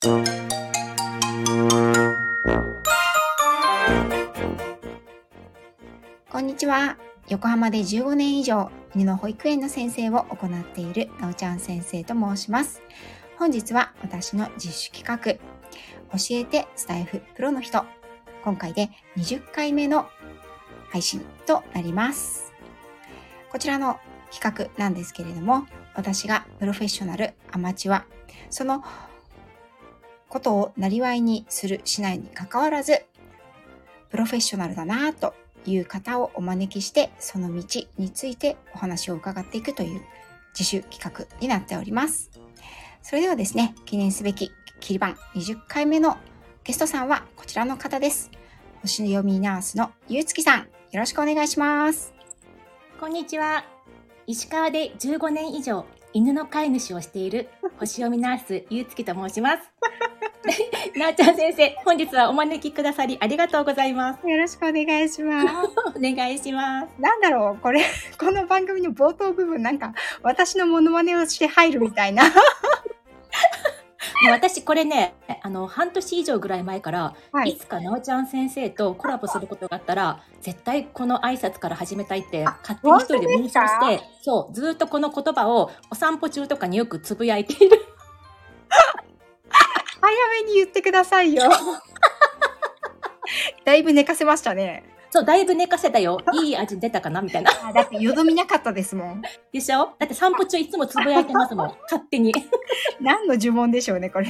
こんにちは。横浜で15年以上犬の保育園の先生を行っているなおちゃん先生と申します。本日は私の自主企画、教えてスタイフプロの人、今回で20回目の配信となります。こちらの企画なんですけれども、私がプロフェッショナル、アマチュア、そのことをなりわいにするしないにかかわらず、プロフェッショナルだなぁという方をお招きして、その道についてお話を伺っていくという自主企画になっております。それではですね、記念すべき切り番20回目のゲストさんはこちらの方です。星読みナースのゆうつきさん、よろしくお願いします。 こんにちは。石川で15年以上犬の飼い主をしている星読みナースゆうつきと申します。なおちゃん先生、本日はお招きくださりありがとうございます。 よろしくお願いします。 お願いします。 なんだろう、この番組の冒頭部分、なんか私のモノマネをして入るみたいな。 私これね、半年以上ぐらい前から、 はい、 いつかなおちゃん先生とコラボすることがあったら、絶対この挨拶から始めたいって勝手に一人で妄想して、そう、ずっとこの言葉をお散歩中とかによくつぶやいている。 早めに言ってくださいよ。だいぶ寝かせましたね。 そう、だいぶ寝かせたよ。いい味出たかなみたいな。 だってよどみなかったですもん。 でしょ？だって散歩中いつもつぶやいてますもん。勝手に。 何の呪文でしょうね、これ。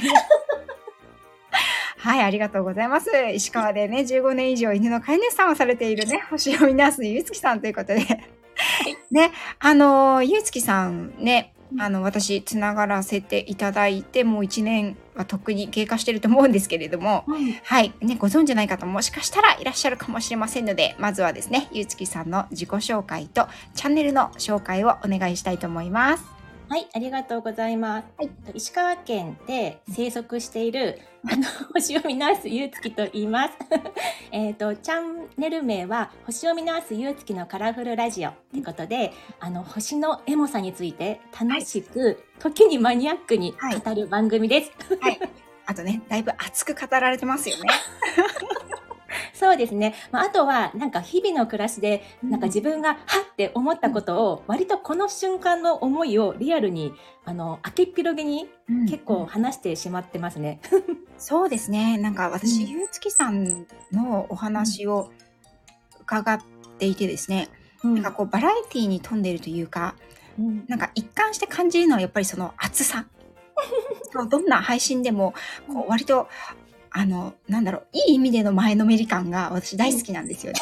はい、ありがとうございます。石川でね、15年以上犬の飼い主さんをされているね、星読みナースのゆうつきさんということで。ね、ゆうつきさんね、私、つながらせていただいて、もう1年はとっくに経過してると思うんですけれども、はい、ね、ご存知ない方もしかしたらいらっしゃるかもしれませんので、まずはですね、ゆうつきさんの自己紹介とチャンネルの紹介をお願いしたいと思います。 はい、ありがとうございます。はい、石川県で生息している星読みナースゆうつきと言います。チャンネル名は星読みナースゆうつきのカラフルラジオということで、星のエモさについて楽しく、時にマニアックに語る番組です。 はい。あとね、だいぶ熱く語られてますよね。 そうですね。あとは、なんか日々の暮らしで、なんか自分がはって思ったことを、割とこの瞬間の思いをリアルに、明けっぴろげに結構話してしまってますね。 そうですね。なんか私、ゆうつきさんのお話を伺っていてですね、なんかこうバラエティに富んでいるというか、なんか一貫して感じるのはやっぱりその熱さ。どんな配信でも、こう割と、なんだろう、いい意味での前のめり感が私大好きなんですよね。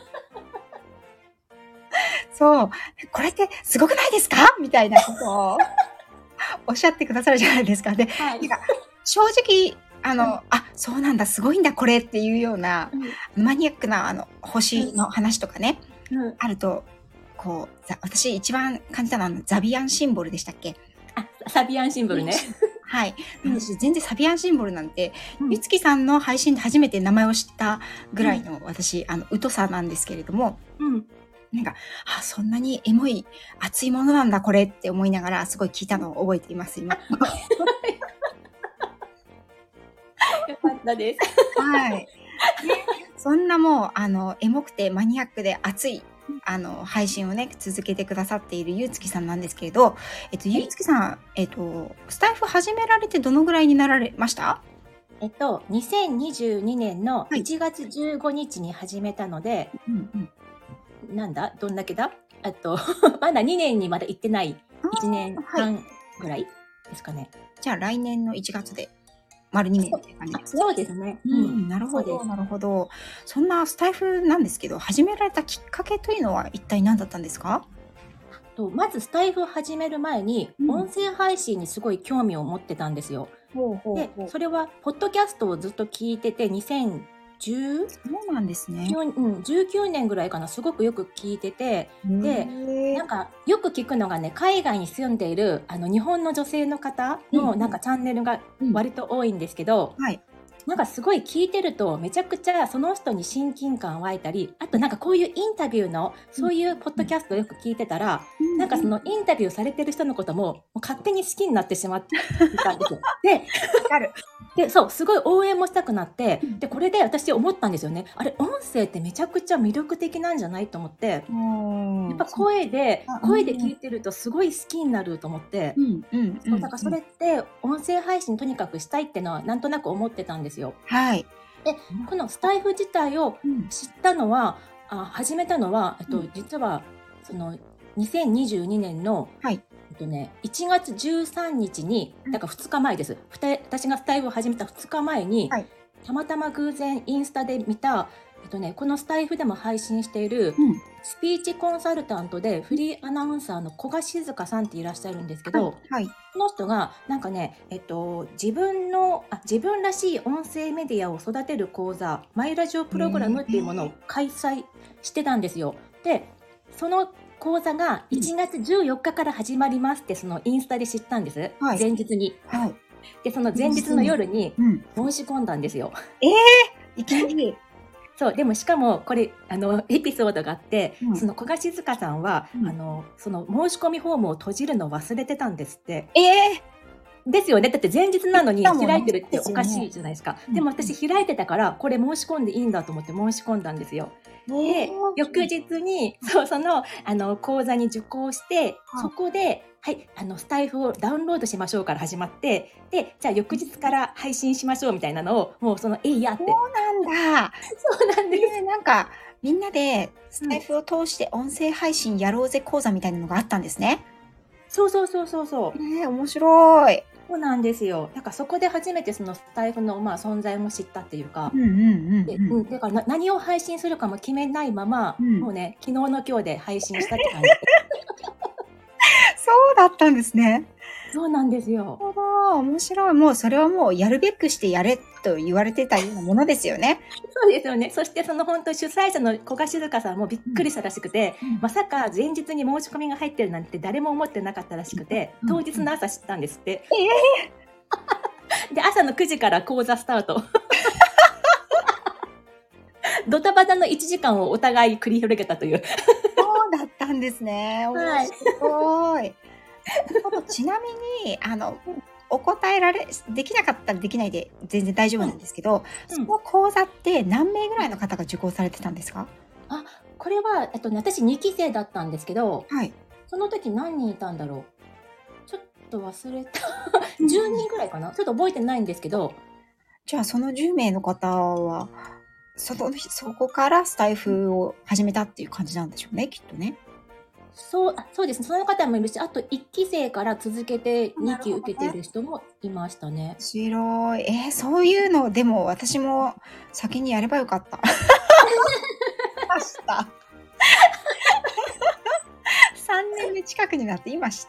そう、これってすごくないですかみたいなことをおっしゃってくださるじゃないですか。で、なんか正直、そうなんだ、すごいんだ、これっていうような、マニアックな星の話とかね、あると、こう、私一番感じたのはザビアンシンボルでしたっけ？ サビアンシンボルね。 はい。私全然サビアンシンボルなんて、ゆつきさんの配信で初めて名前を知ったぐらいの私、疎さなんですけれども、なんか、そんなにエモい、熱いものなんだ、これって思いながら、すごい聞いたのを覚えています、今。 よかったです。 はい。そんなもう、エモくてマニアックで熱い、配信をね、続けてくださっているゆうつきさんなんですけれど、ゆうつきさん、スタイフ始められてどのぐらいになられました？ 2022年の1月15日に始めたので、なんだどんだけだまだ2年にまだ行ってない1年半ぐらいですかね。 じゃあ来年の1月で丸2年って感じですか？ そうですね。 なるほど、なるほど。そんなスタイフなんですけど、始められたきっかけというのは一体何だったんですか？ まずスタイフを始める前に、音声配信にすごい興味を持ってたんですよ。で、それはポッドキャストをずっと聞いてて、 そうなんですね。 19年ぐらいかな、すごくよく聞いてて、で、なんかよく聞くのがね、海外に住んでいる日本の女性の方のなんかチャンネルが割と多いんですけど、 なんかすごい聞いてるとめちゃくちゃその人に親近感湧いたり、あとなんかこういうインタビューのそういうポッドキャストをよく聞いてたら、なんかそのインタビューされてる人のことも勝手に好きになってしまってたんですよ。 わかる。 で、そう、すごい応援もしたくなって、で、これで私思ったんですよね。あれ、音声ってめちゃくちゃ魅力的なんじゃないと思って、やっぱ声で聞いてるとすごい好きになると思って、そう、だからそれって音声配信とにかくしたいってのはなんとなく思ってたんですよ。 はい。 で、このスタイフ自体を知ったのは、始めたのは、実は、その、2022年の、1月13日に、だから2日前です。私がスタイフを始めた2日前に、たまたま偶然インスタで見た、このスタイフでも配信している、スピーチコンサルタントでフリーアナウンサーの古賀静香さんっていらっしゃるんですけど、この人がなんかね、自分らしい音声メディアを育てる講座、マイラジオプログラムっていうものを開催してたんですよ。で、その講座が1月14日から始まりますってそのインスタで知ったんです。前日に。で、その前日の夜に申し込んだんですよ。 いきなり。 そう、でもしかもこれエピソードがあって、その古賀静香さんは、その申し込みフォームを閉じるのを忘れてたんですって。ですよね。だって前日なのに開いてるっておかしいじゃないですか。でも私開いてたからこれ申し込んでいいんだと思って申し込んだんですよ。で、翌日にその講座に受講して、そこでスタイフをダウンロードしましょうから始まって、で、じゃあ翌日から配信しましょうみたいなのを、もうやって。 そうなんだ。 そうなんです。 なんか、みんなでスタイフを通して音声配信やろうぜ講座みたいなのがあったんですね。 そう。 面白い。 そうなんですよ。なんかそこで初めてそのスタイフの存在も知ったっていうか、だから何を配信するかも決めないまま、もうね、昨日の今日で配信したって感じ。 そうだったんですね。 そうなんですよ。 面白い。もうそれはもうやるべくしてやれと言われてたようなものですよね。 そうですよね。そしてその本当主催者の古賀静香さんもびっくりしたらしくて、まさか前日に申し込みが入ってるなんて誰も思ってなかったらしくて、当日の朝知ったんですって。で、朝の9時から講座スタート。ドタバタの1時間をお互い繰り広げたという。 そうだったんですね。面白い。ちなみに、お答えできなかったらできないで全然大丈夫なんですけど、その講座って何名ぐらいの方が受講されてたんですか？ これは、私2期生だったんですけど、その時何人いたんだろう。ちょっと忘れた。10人ぐらいかな。ちょっと覚えてないんですけど。 じゃあその10名の方は、そこからスタイフを始めたっていう感じなんでしょうね、きっとね。 そうですね。その方もいるし、あと1期生から続けて2期受けている人もいましたね。 面白い。そういうの、でも私も先にやればよかった。ました。3年目近くになって今知った。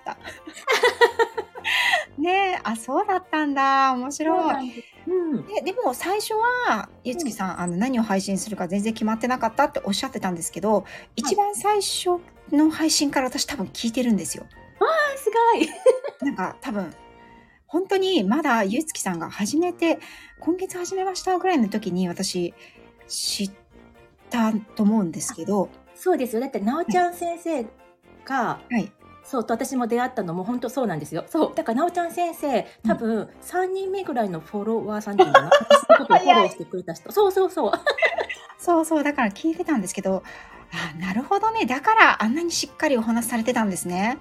ねえ、そうだったんだ。面白い。でも最初はゆつきさん、何を配信するか全然決まってなかったっておっしゃってたんですけど、一番最初の配信から私多分聞いてるんですよ。 すごい。 なんか多分本当にまだゆつきさんが今月始めましたぐらいの時に私知ったと思うんですけど。 そうですよ。だってなおちゃん先生が、そうと私も出会ったのも本当そうなんですよ。そうだからなおちゃん先生多分3人目ぐらいのフォロワーさんっていうのかな。私のことをフォローしてくれた人。そうだから聞いてたんですけど、なるほどね。だからあんなにしっかりお話されてたんですね。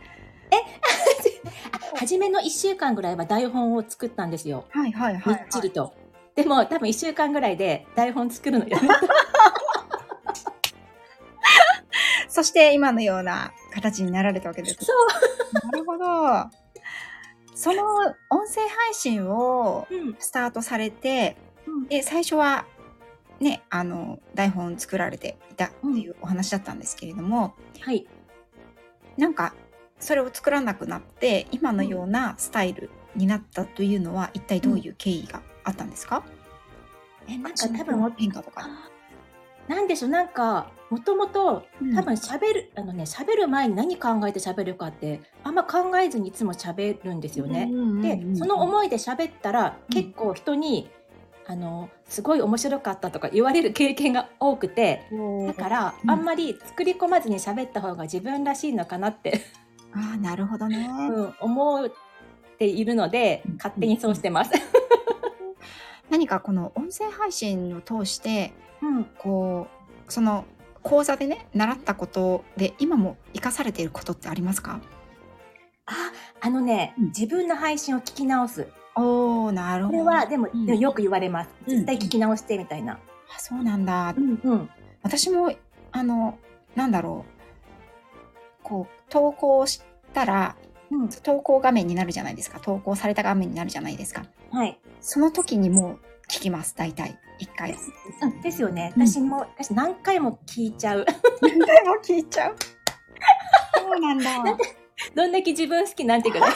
初めの1週間ぐらいは台本を作ったんですよ。みっちりと。でも多分1週間ぐらいで台本作るのやめた。 そして今のような形になられたわけです。なるほど。その音声配信をスタートされて、で最初はね、台本作られていたっていうお話だったんですけれども、なんかそれを作らなくなって今のようなスタイルになったというのは一体どういう経緯があったんですか？ なんか多分変化とか。 なんでしょう、なんかもともと多分喋る前に何考えて喋るかってあんま考えずにいつも喋るんですよね。でその思いで喋ったら結構人にすごい面白かったとか言われる経験が多くて、だからあんまり作り込まずに喋った方が自分らしいのかなってああ、なるほどね。 思っているので、勝手にそうしてます。 何かこの音声配信を通して、 うんこう、その講座でね、習ったことで今も活かされていることってありますか？ 自分の配信を聞き直す。 おー、なるほど。 これはでもよく言われます。絶対聞き直してみたいな。 あ、そうなんだ。 うん私も、なんだろう、こう、投稿したら、投稿画面になるじゃないですか。投稿された画面になるじゃないですか。 はい。 その時にもう聞きます、大体。1回。 ですよね。私何回も聞いちゃう。 何回も聞いちゃう。そうなんだ。 どんだけ自分好きなんてぐらい。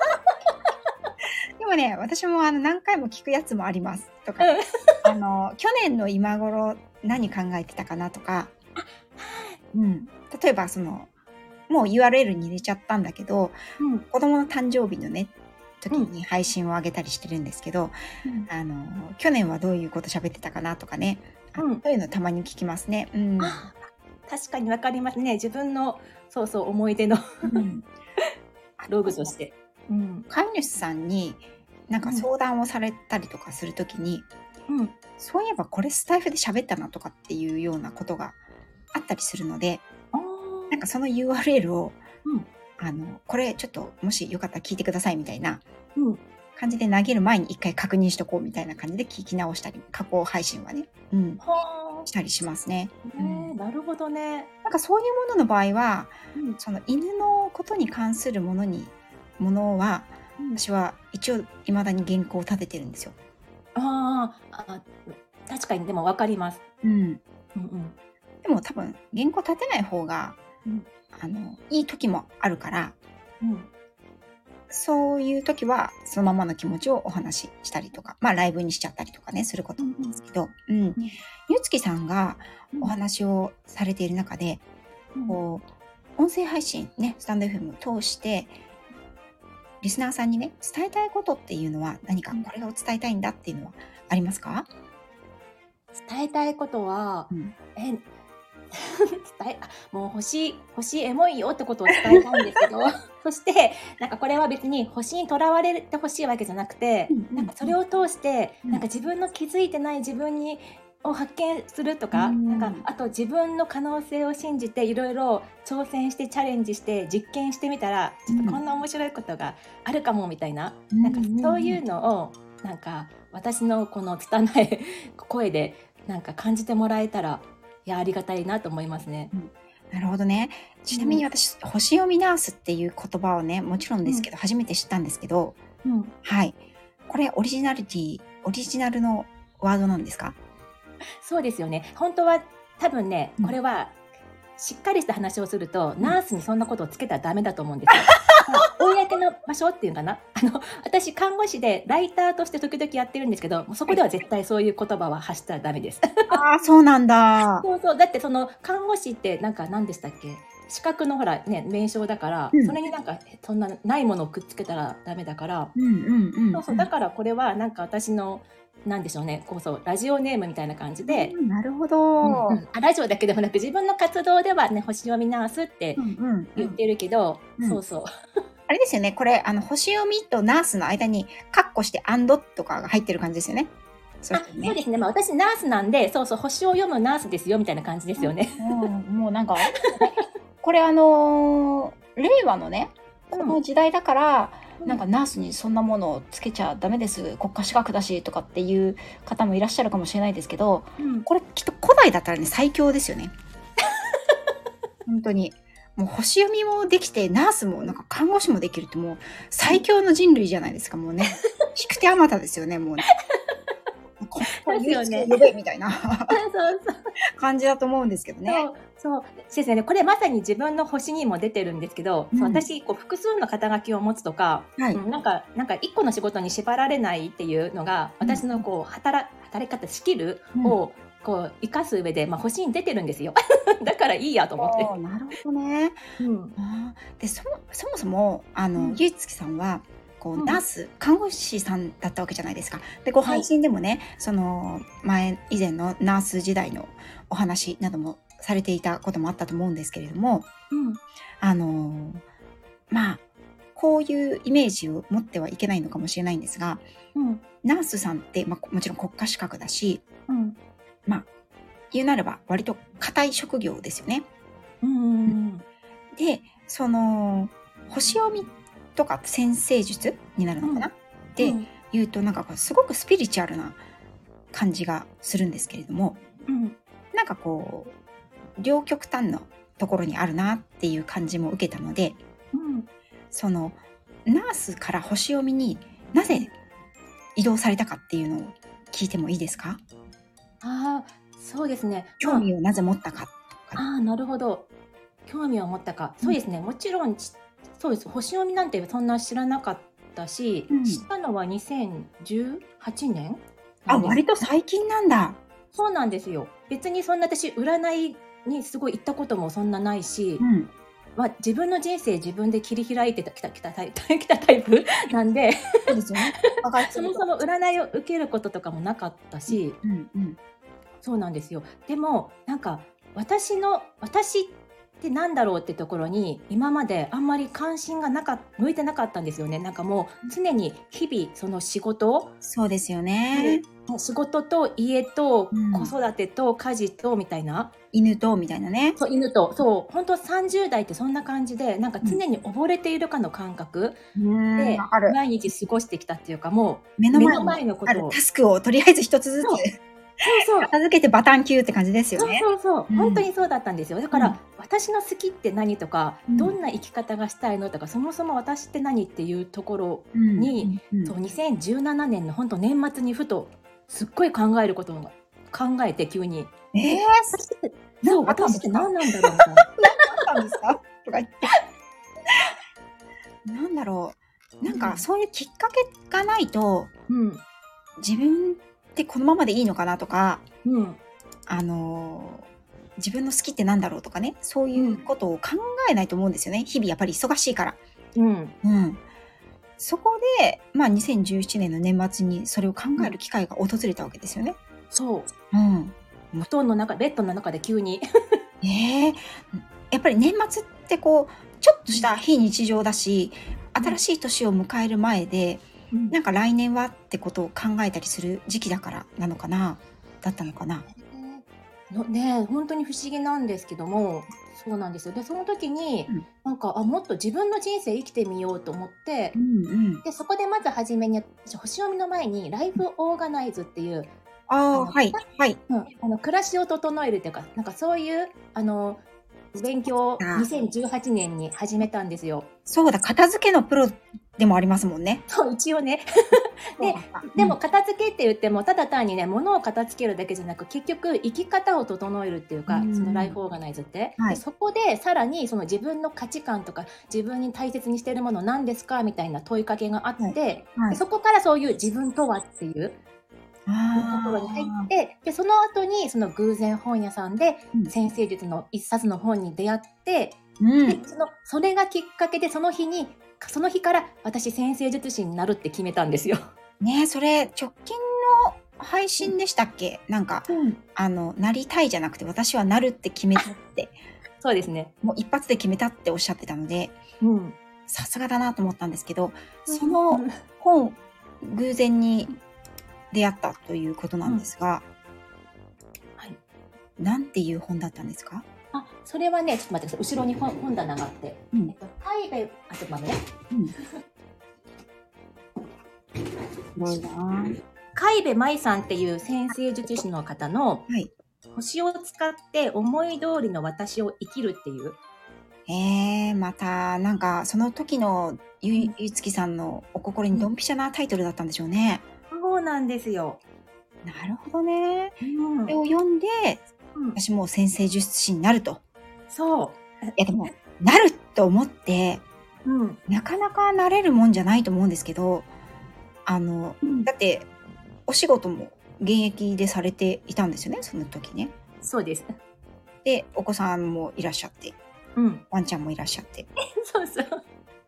でもね、私も何回も聞くやつもありますとか、去年の今頃何考えてたかなとか、例えばもう URL に入れちゃったんだけど、子供の誕生日のね、時に配信を上げたりしてるんですけど、去年はどういうこと喋ってたかなとかね、そういうのたまに聞きますね。 確かにわかりますね。自分の思い出の道具として。 飼い主さんになんか相談をされたりとかするときに、そういえばこれスタイフで喋ったなとかっていうようなことがあったりするので、なんかその URL を、これちょっともしよかったら聞いてくださいみたいな感じで投げる前に一回確認しとこうみたいな感じで聞き直したり、加工配信はね、したりしますね。 なるほどね。 なんかそういうものの場合は、その犬のことに関するものは、私は一応未だに原稿を立ててるんですよ。 確かにでも分かります。 でも多分原稿立てない方が、いい時もあるから、そういう時はそのままの気持ちをお話ししたりとか、ライブにしちゃったりとかねすることなんですけど、ゆつきさんがお話をされている中で、こう音声配信ね、スタンド FM を通してリスナーさんにね、伝えたいことっていうのは何かこれを伝えたいんだっていうのはありますか？ 伝えたいことは、もう欲しいエモいよってことを伝えたいんですけどそしてなんかこれは別に星にとらわれてほしいわけじゃなくて、なんかそれを通してなんか自分の気づいてない自分を発見するとか、なんかあと自分の可能性を信じていろいろ挑戦してチャレンジして実験してみたらちょっとこんな面白いことがあるかもみたいな、なんかそういうのをなんか私のこの拙い声でなんか感じてもらえたらありがたいなと思いますね。 なるほどね。ちなみに私、星読みナースっていう言葉をね、もちろんですけど、初めて知ったんですけど、はい。これオリジナルのワードなんですか？ そうですよね。本当は多分ね、これはしっかりした話をすると、ナースにそんなことをつけたらダメだと思うんですよ。公の場所っていうかな。私看護師でライターとして時々やってるんですけど、そこでは絶対そういう言葉は発したらダメです。 そうなんだ。 だってその看護師ってなんか何でしたっけ？資格のほらね名称だから、それになんかそんなないものをくっつけたらダメだから、だからこれはなんか私のなんでしょうね、ラジオネームみたいな感じで、 なるほど、 ラジオだけでもなく自分の活動ではね、星読みナースって言ってるけど、 あれですよね、これ星読みとナースの間にカッコしてアンドとかが入ってる感じですよね。 そうですね。私ナースなんで、星を読むナースですよみたいな感じですよね。 もうなんかこれ令和のね、この時代だから、なんかナースにそんなものをつけちゃダメです、国家資格だしとかっていう方もいらっしゃるかもしれないですけど、これきっと古代だったらね最強ですよね。本当にもう星読みもできてナースもなんか看護師もできるってもう最強の人類じゃないですか。もうね引く手あまたですよね。もうねですよね。 呼べみたいな感じだと思うんですけどね。 そうですね。これまさに自分の星にも出てるんですけど、私複数の肩書きを持つとか、なんか一個の仕事に縛られないっていうのが私の働き方スキルを生かす上で、星に出てるんですよ。だからいいやと思って。 なるほどね。でそもそもゆいつきさんはこうナース、看護師さんだったわけじゃないですか。で配信でもね、その以前のナース時代のお話などもされていたこともあったと思うんですけれども、まあこういうイメージを持ってはいけないのかもしれないんですが、ナースさんって、もちろん国家資格だし、言うなれば割と固い職業ですよね。で、その星読みとか占星術になるのかな、っていうと、なんかすごくスピリチュアルな感じがするんですけれども、なんかこう両極端のところにあるなっていう感じも受けたので、そのナースから星読みになぜ移動されたかっていうのを聞いてもいいですか？ そうですね。 興味をなぜ持ったかとか。 なるほど。興味を持ったか。そうですね。もちろんそうです。星読みなんてそんな知らなかったし、知ったのは2018年。 割と最近なんだ。 そうなんですよ。別にそんな私占いにすごい行ったこともそんなないし、自分の人生自分で切り開いてきたタイプなんで、 そうですよね。 そもそも占いを受けることとかもなかったし、そうなんですよ。でもなんか私ってなんだろうってところに今まであんまり関心が向いてなかったんですよね。なんかもう常に日々その仕事、 そうですよね。 仕事と家と子育てと家事とみたいな、 犬とみたいなね。 そう、犬と、そう、本当30代ってそんな感じで、なんか常に溺れているかの感覚で毎日過ごしてきたっていうか、もう目の前のことを、 タスクをとりあえず一つずつ片付けてバタンキューって感じですよね。 そう、本当にそうだったんですよ。だから、私の好きって何とか、どんな生き方がしたいのとか、そもそも私って何っていうところに、そう2017年の本当年末にふとすっごい考えることを考えて、急に私って何なんだろうみたいな。 何なんですかとか言ってなんだろう、なんかそういうきっかけがないと、自分ってこのままでいいのかなとか、自分の好きってなんだろうとかね、そういうことを考えないと思うんですよね。日々やっぱり忙しいから。そこで、2017年の年末にそれを考える機会が訪れたわけですよね。 そう。布団の中、ベッドの中で急に。 やっぱり年末ってこう、ちょっとした非日常だし、新しい年を迎える前で、なんか来年はってことを考えたりする時期だからなのかな、だったのかな。 本当に不思議なんですけども、そうなんですよ。で、その時に、なんかもっと自分の人生生きてみようと思って、でそこでまず初めに星読みの前にライフオーガナイズっていう暮らしを整えるっていうか、なんかそういう勉強を2018年に始めたんですよ。 そうだ、片付けのプロでもありますもんね。 そう、一応ね。でも片付けって言ってもただ単にね、物を片付けるだけじゃなく、結局生き方を整えるっていうか、そのライフオーガナイズって、でそこでさらにその自分の価値観とか自分に大切にしているもの何ですかみたいな問いかけがあって、そこからそういう自分とはっていうところに入って、でその後にその偶然本屋さんで占星術の一冊の本に出会って、でそれがきっかけでその日から私占星術師になるって決めたんですよ。 ね、それ直近の配信でしたっけ？なんか、なりたいじゃなくて私はなるって決めたって。 そうですね。 もう一発で決めたっておっしゃってたので、さすがだなと思ったんですけど、その本、偶然に出会ったということなんですが、なんていう本だったんですか？ それはね、ちょっと待ってください。後ろに本棚があって、海外、ちょっと待ってね。海部舞さんっていう占星術師の方の、星を使って思い通りの私を生きるっていう。 またなんかその時のゆつきさんのお心にドンピシャなタイトルだったんでしょうね。 そうなんですよ。 なるほどね。それを読んで、私もう占星術師になると。 そう。 いやでもなると思って、なかなかなれるもんじゃないと思うんですけど、だってお仕事も現役でされていたんですよね、その時ね。 そうです。 でお子さんもいらっしゃって、ワンちゃんもいらっしゃって。 そうそう。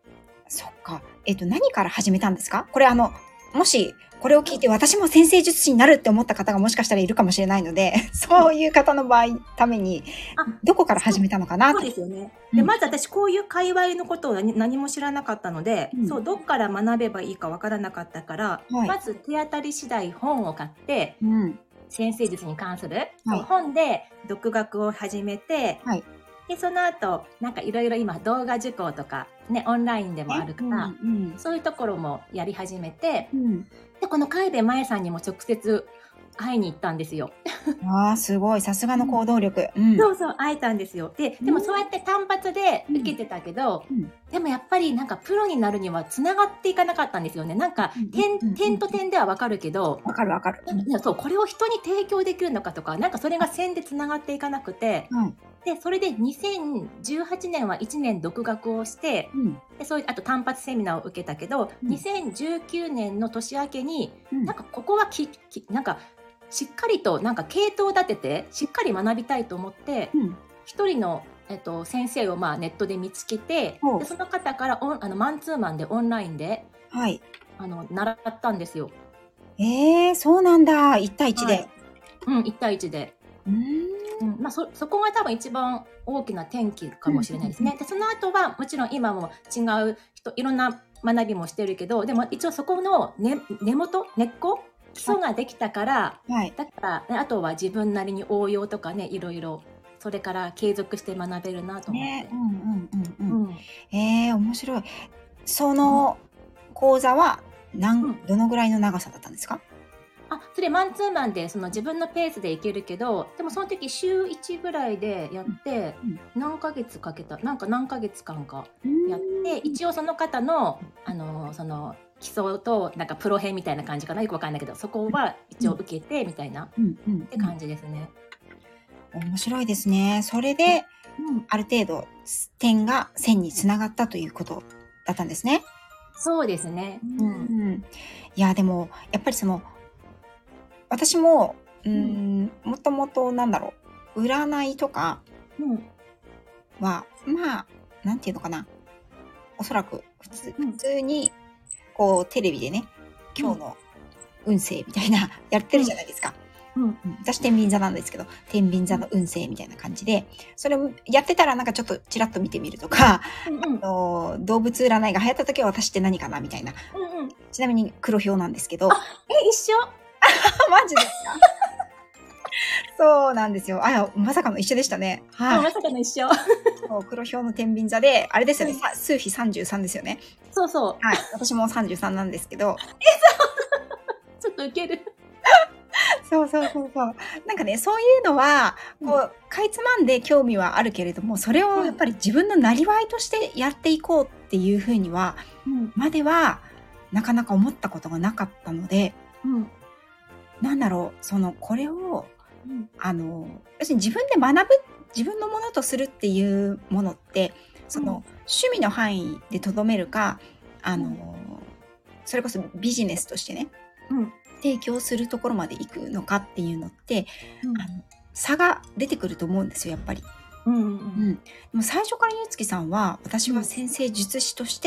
そっか。何から始めたんですか？これもし、これを聞いて私も先生術師になるって思った方がもしかしたらいるかもしれないので、そういう方の場合、ために、どこから始めたのかなそうと。 ですよね。で、まず私こういう界隈のことを何も知らなかったので、そう、どっから学べばいいかわからなかったから、まず手当たり次第本を買って、先生術に関する、本で独学を始めて、で、その後、なんかいろいろ今動画受講とかね、オンラインでもあるから、そういうところもやり始めて、で、この海部麻衣さんにも直接会いに行ったんですよ。 すごい。さすがの行動力。 そうそう、会えたんですよ。でもそうやって単発で受けてたけど、でもやっぱりなんかプロになるには繋がっていかなかったんですよね。なんか点と点ではわかるけど、 わかる。 そう、これを人に提供できるのかとか、なんかそれが線で繋がっていかなくて、で、それで2018年は1年独学をして、で、そういう、あと単発セミナーを受けたけど、2019年の年明けに、なんかここはなんか、しっかりとなんか系統を立てて、しっかり学びたいと思って、一人の、先生をネットで見つけて、でその方からマンツーマンでオンラインで、習ったんですよ。 そうなんだ。1対1で。 1対1で。そこが多分一番大きな転機かもしれないですね。で、その後はもちろん今も違う人、いろんな学びもしてるけど、でも一応そこの、根っこ基礎ができたから、だから、ね、あとは自分なりに応用とかね、いろいろそれから継続して学べるなと思って。 面白い。その講座はどのぐらいの長さだったんですか？ それマンツーマンでその自分のペースでいけるけど、でもその時週1ぐらいでやって、何ヶ月かけた、なんか何ヶ月間かやって、一応その方の、その基礎となんかプロ編みたいな感じかな、よくわかんないけど、そこは一応受けてみたいなって感じですね。 面白いですね。それで、ある程度点が線につながったということだったんですね。 そうですね。 いや、でもやっぱり私も、もともと占いとかは、なんていうのかな。おそらく普通に、こう、テレビでね、今日の運勢みたいな、やってるじゃないですか。私、天秤座なんですけど、天秤座の運勢みたいな感じで、それをやってたらなんかちょっとチラッと見てみるとか、動物占いが流行った時は私って何かなみたいな。ちなみに黒豹なんですけど。 一緒マジですか？そうなんですよ。まさかの一緒でしたね。 まさかの一緒。 黒豹の天秤座で、あれですよね、数比33ですよね。 そうそう。 私も33なんですけど。 ちょっとウケる。 そう。なんかね、そういうのは、かいつまんで興味はあるけれども、それをやっぱり自分のなりわいとしてやっていこうっていうふうには、までは、なかなか思ったことがなかったので、これを、要するに自分で学ぶ、自分のものとするっていうものって、趣味の範囲でとどめるか、それこそビジネスとしてね、提供するところまで行くのかっていうのって、差が出てくると思うんですよ、やっぱり。でも最初からゆうつきさんは、私は先生術師として、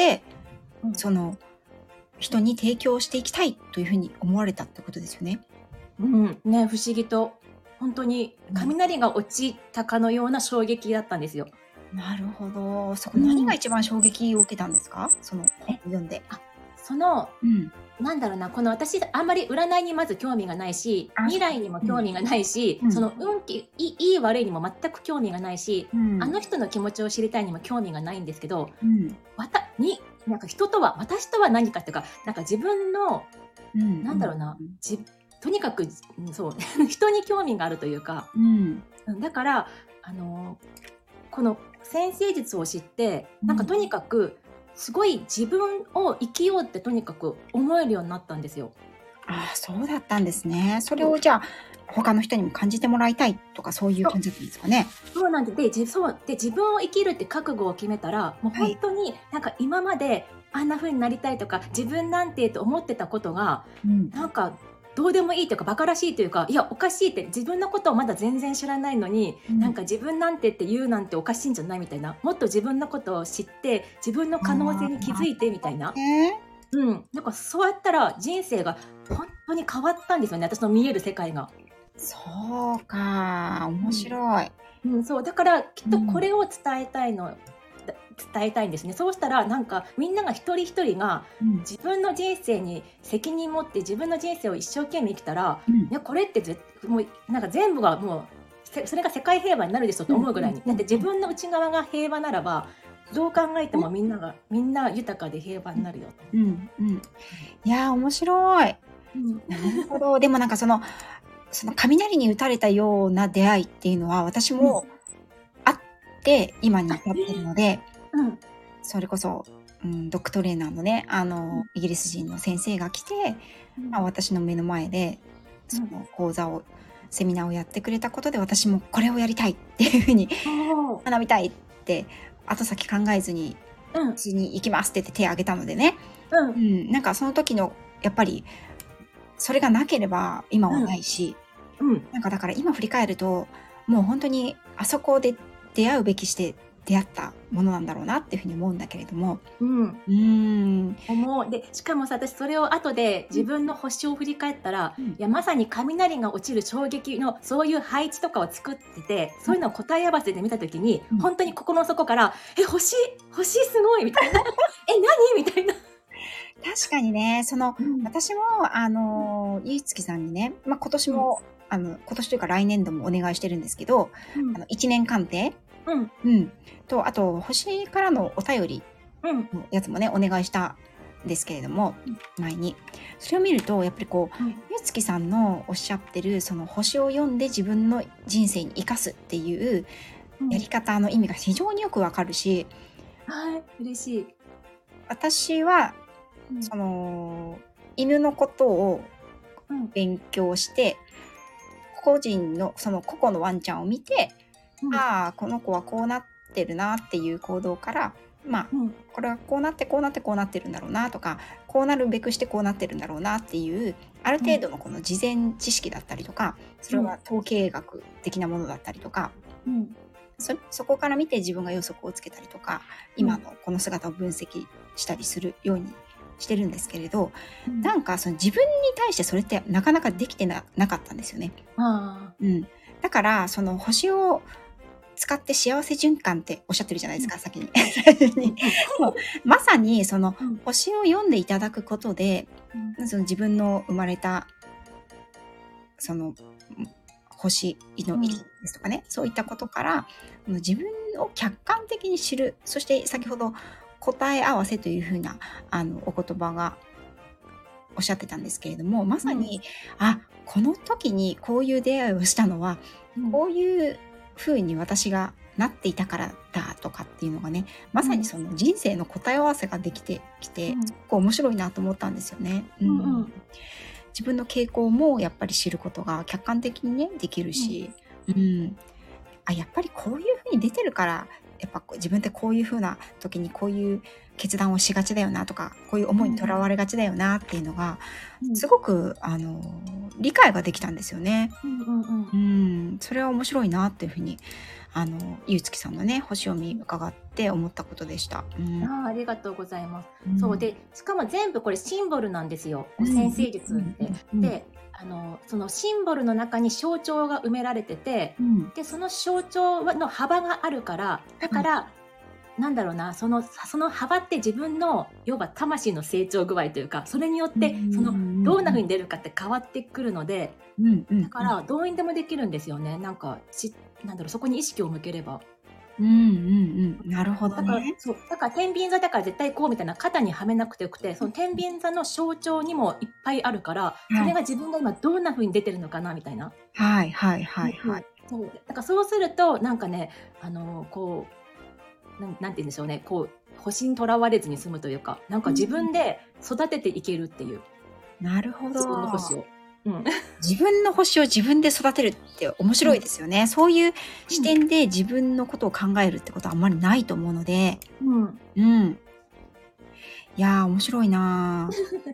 人に提供していきたいというふうに思われたってことですよね。 ね、不思議と本当に雷が落ちたかのような衝撃だったんですよ。 なるほど。何が一番衝撃を受けたんですか？本を読んで。 なんだろうな、この私あんまり占いにまず興味がないし、未来にも興味がないし、運気いい悪いにも全く興味がないし、あの人の気持ちを知りたいにも興味がないんですけど、なんか私とは何かっていうか、なんか自分の、なんだろうな、とにかく人に興味があるというか、だからこの先生術を知って、なんかとにかくすごい自分を生きようってとにかく思えるようになったんですよ。 そうだったんですね。それをじゃあ他の人にも感じてもらいたいとか、そういう感じだったんですかね。 そうなんで、自分を生きるって覚悟を決めたら、もう本当になんか今まであんな風になりたいとか、自分なんてと思ってたことが、なんかどうでもいいというかバカらしいというか、いやおかしいって、自分のことをまだ全然知らないのに、なんか自分なんてって言うなんておかしいんじゃないみたいな、もっと自分のことを知って自分の可能性に気づいてみたいな、なんかそうやったら人生が本当に変わったんですよね、私の見える世界が。 そうか、面白い。 そうだからきっとこれを伝えたいんですね。そうしたらなんかみんなが一人一人が自分の人生に責任持って自分の人生を一生懸命生きたら、いやこれってもうなんか全部がもうそれが世界平和になるでしょと思うぐらいに、だって自分の内側が平和ならばどう考えてもみんな豊かで平和になるよと。 いや面白い。なるほど。でもなんかその雷に打たれたような出会いっていうのは私もあって今に至ってるので、それこそ、ドッグトレーナーのね、イギリス人の先生が来て、私の目の前でそのセミナーをやってくれたことで、私もこれをやりたいっていうふうに学びたいって後先考えずにうちに行きますって言って手を挙げたのでね、なんかその時のやっぱりそれがなければ今はないし、なんかだから今振り返るともう本当にあそこで出会うべきして出会ったものなんだろうなっていうふうに思うんだけれども、 でしかもさ、私それを後で自分の星を振り返ったら、いやまさに雷が落ちる衝撃のそういう配置とかを作ってて、そういうのを答え合わせで見た時に、本当に心の底から星すごいみたいな何みたいな。 確かにね、私もゆいつきさんにね、今年も、今年というか来年度もお願いしてるんですけど、1年鑑定、とあと星からのお便りのやつもねお願いしたんですけれども、前にそれを見るとやっぱりゆいつきさんのおっしゃってるその星を読んで自分の人生に生かすっていうやり方の意味が非常によくわかるし、 嬉しい。 私はその犬のことを勉強して、個人のその個々のワンちゃんを見て、この子はこうなってるなっていう行動から、これはこうなってこうなってこうなってるんだろうなとか、こうなるべくしてこうなってるんだろうなっていうある程度のこの事前知識だったりとか、それは統計学的なものだったりとか、そこから見て自分が予測をつけたりとか、今のこの姿を分析したりするようにしてるんですけれど、なんかその自分に対してそれってなかなかできてなかったんですよね。だからその星を使って幸せ循環っておっしゃってるじゃないですか、先にまさにその星を読んでいただくことで、その自分の生まれたその星の意義ですとかね、そういったことから自分を客観的に知る。そして先ほど答え合わせというふうなお言葉がおっしゃってたんですけれども、まさに、この時にこういう出会いをしたのは、こういうふうに私がなっていたからだとかっていうのがね、まさにその人生の答え合わせができてきて、すごく面白いなと思ったんですよね。自分の傾向もやっぱり知ることが客観的にねできるし、やっぱりこういうふうに出てるからやっぱ自分ってこういうふうな時にこういう決断をしがちだよなとか、こういう思いにとらわれがちだよなっていうのがすごく理解ができたんですよね。それは面白いなっていうふうにゆうつきさんのね星読み伺って思ったことでした。 ありがとうございます。そうで、しかも全部これシンボルなんですよ、占星術って。でそのシンボルの中に象徴が埋められてて、でその象徴の幅があるから、だから、なんだろうな、その幅って自分の要は魂の成長具合というか、それによってどんな風に出るかって変わってくるので、だからどうにでもできるんですよね。なんかなんだろう、そこに意識を向ければ。 なるほどね。 だから天秤座だから絶対こうみたいな肩にはめなくてよくて、その天秤座の象徴にもいっぱいあるから、それが自分が今どんな風に出てるのかなみたいな。だからそうするとなんかね、こうなんて言うんでしょうね、こう星にとらわれずに済むというか、なんか自分で育てていけるっていう。 なるほど。 自分の星を。 自分の星を自分で育てるって面白いですよね。そういう視点で自分のことを考えるってことはあんまりないと思うので、いやー面白いな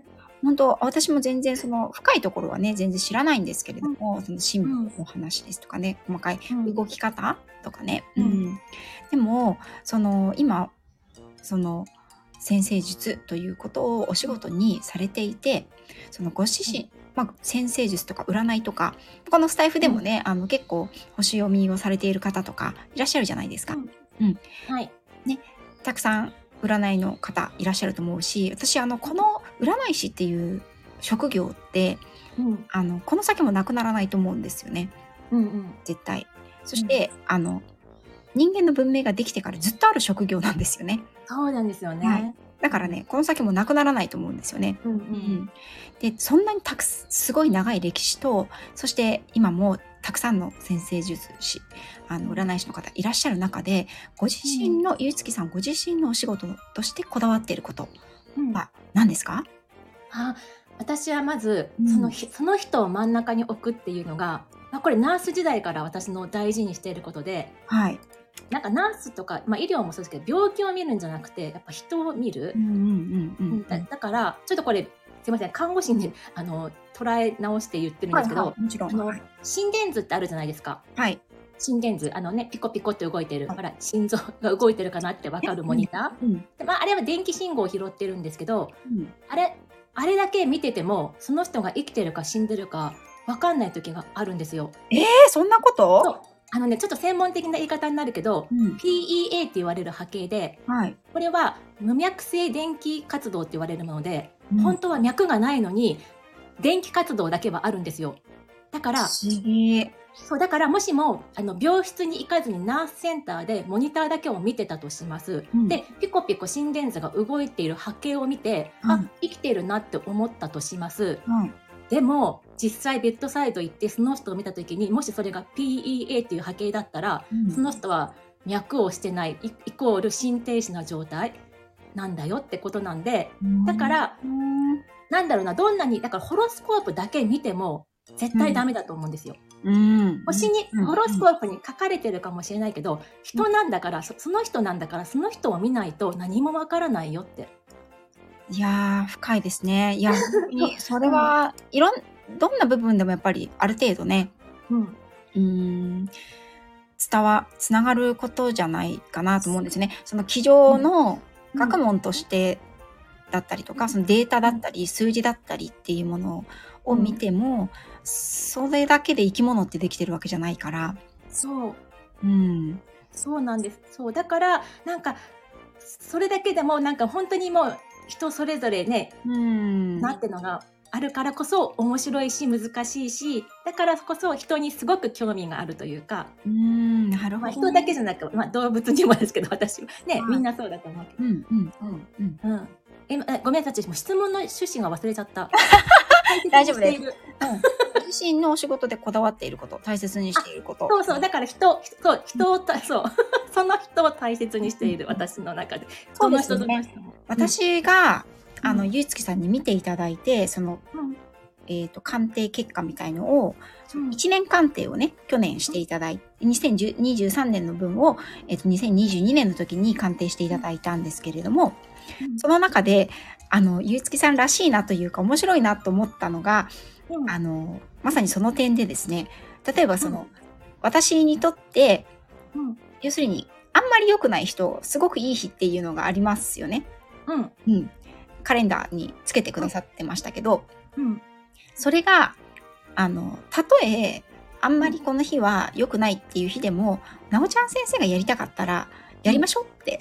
本当私も全然その深いところはね、全然知らないんですけれども、その心理の話ですとかね、細かい動き方とかね。でも、その今、その占星術ということをお仕事にされていて、そのご自身、占星術とか占いとか、このスタイフでもね、結構星読みをされている方とかいらっしゃるじゃないですか。 はい。 ね、たくさん占いの方いらっしゃると思うし、私この占い師っていう職業って、この先もなくならないと思うんですよね。絶対。そして、人間の文明ができてからずっとある職業なんですよね。 そうなんですよね。 だからね、この先もなくならないと思うんですよね。で、そんなにすごい長い歴史と、そして今もたくさんの占星術師、占い師の方いらっしゃる中で、ご自身の、ゆうつきさんご自身のお仕事としてこだわっていることは何ですか？ 私はまず、その人を真ん中に置くっていうのが、これナース時代から私の大事にしていることで、なんかナースとか、医療もそうですけど、病気を見るんじゃなくて、やっぱ人を見る。だから、ちょっとこれ、すいません、看護師に捉え直して言ってるんですけど、心電図ってあるじゃないですか。心電図、ピコピコって動いてる、心臓が動いてるかなって分かるモニター。あれは電気信号を拾ってるんですけど、あれだけ見てても、その人が生きてるか死んでるか分かんない時があるんですよ。 そんなこと？ ちょっと専門的な言い方になるけど、PEA って言われる波形で、これは無脈性電気活動って言われるもので、本当は脈がないのに電気活動だけはあるんですよ。だからだからもしも病室に行かずにナースセンターでモニターだけを見てたとします。でピコピコ心電図が動いている波形を見て、生きているなって思ったとします。でも実際ベッドサイド行ってその人を見た時に、もしそれが PEA っていう波形だったら、その人は脈をしてないイコール心停止な状態なんだよってことなんで、だからなんだろうな、どんなにだからホロスコープだけ見ても絶対ダメだと思うんですよ。星にホロスコープに書かれてるかもしれないけど、人なんだから、その人なんだから、その人を見ないと何もわからないよって。 いやー、深いですね。いや、本当にそれはどんな部分でもやっぱりある程度ね、つながることじゃないかなと思うんですね。その机上の学問としてだったりとか、そのデータだったり数字だったりっていうものを見ても、それだけで生き物ってできてるわけじゃないから。 そうなんです。だからなんかそれだけでもなんか本当にもう人それぞれね、なってのがあるからこそ面白いし難しいし、だからこそ人にすごく興味があるというか。 なるほど、 人だけじゃなく、動物にもですけど、私はね、みんなそうだと思うけど。ごめんなさい、質問の趣旨が忘れちゃった。 大丈夫です。自身のお仕事でこだわっていること、大切にしていること。 だからその人を大切にしている、私の中で。 そうですね。私がゆいつきさんに見ていただいて、その鑑定結果みたいのを、1年鑑定をね、去年していただいて、2023年の分を、2022年の時に鑑定していただいたんですけれども、その中でゆいつきさんらしいなというか面白いなと思ったのが、まさにその点でですね、例えば私にとって、要するにあんまり良くない人、すごくいい日っていうのがありますよね。カレンダーにつけてくださってましたけど、それがたとえあんまりこの日は良くないっていう日でも、なおちゃん先生がやりたかったらやりましょうって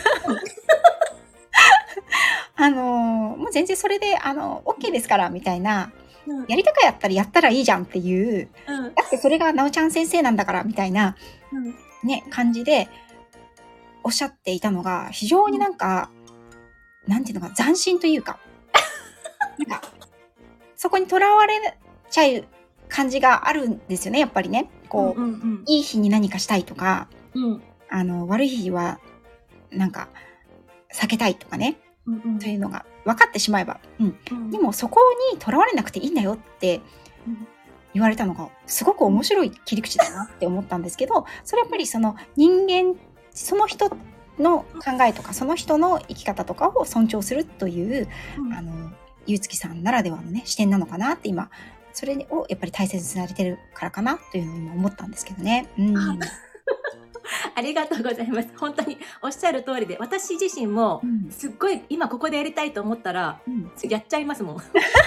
もう全然それでOK ですからみたいな、やりたかったらやったらいいじゃんっていう、だってそれがなおちゃん先生なんだからみたいな、感じでおっしゃっていたのが、非常になんか、なんていうのか、斬新というかなんかそこにとらわれちゃう感じがあるんですよね、やっぱりね。いい日に何かしたいとか、悪い日はなんか避けたいとかね、というのが分かってしまえば、でもそこにとらわれなくていいんだよって言われたのがすごく面白い切り口だなって思ったんですけど、それやっぱりその人間、その人の考えとかその人の生き方とかを尊重するという、 ゆうつきさんならではのね、視点なのかなって今、それをやっぱり大切にされてるからかなというのを今思ったんですけどね。 ありがとうございます。本当におっしゃる通りで、私自身もすっごい今ここでやりたいと思ったら、やっちゃいますもん。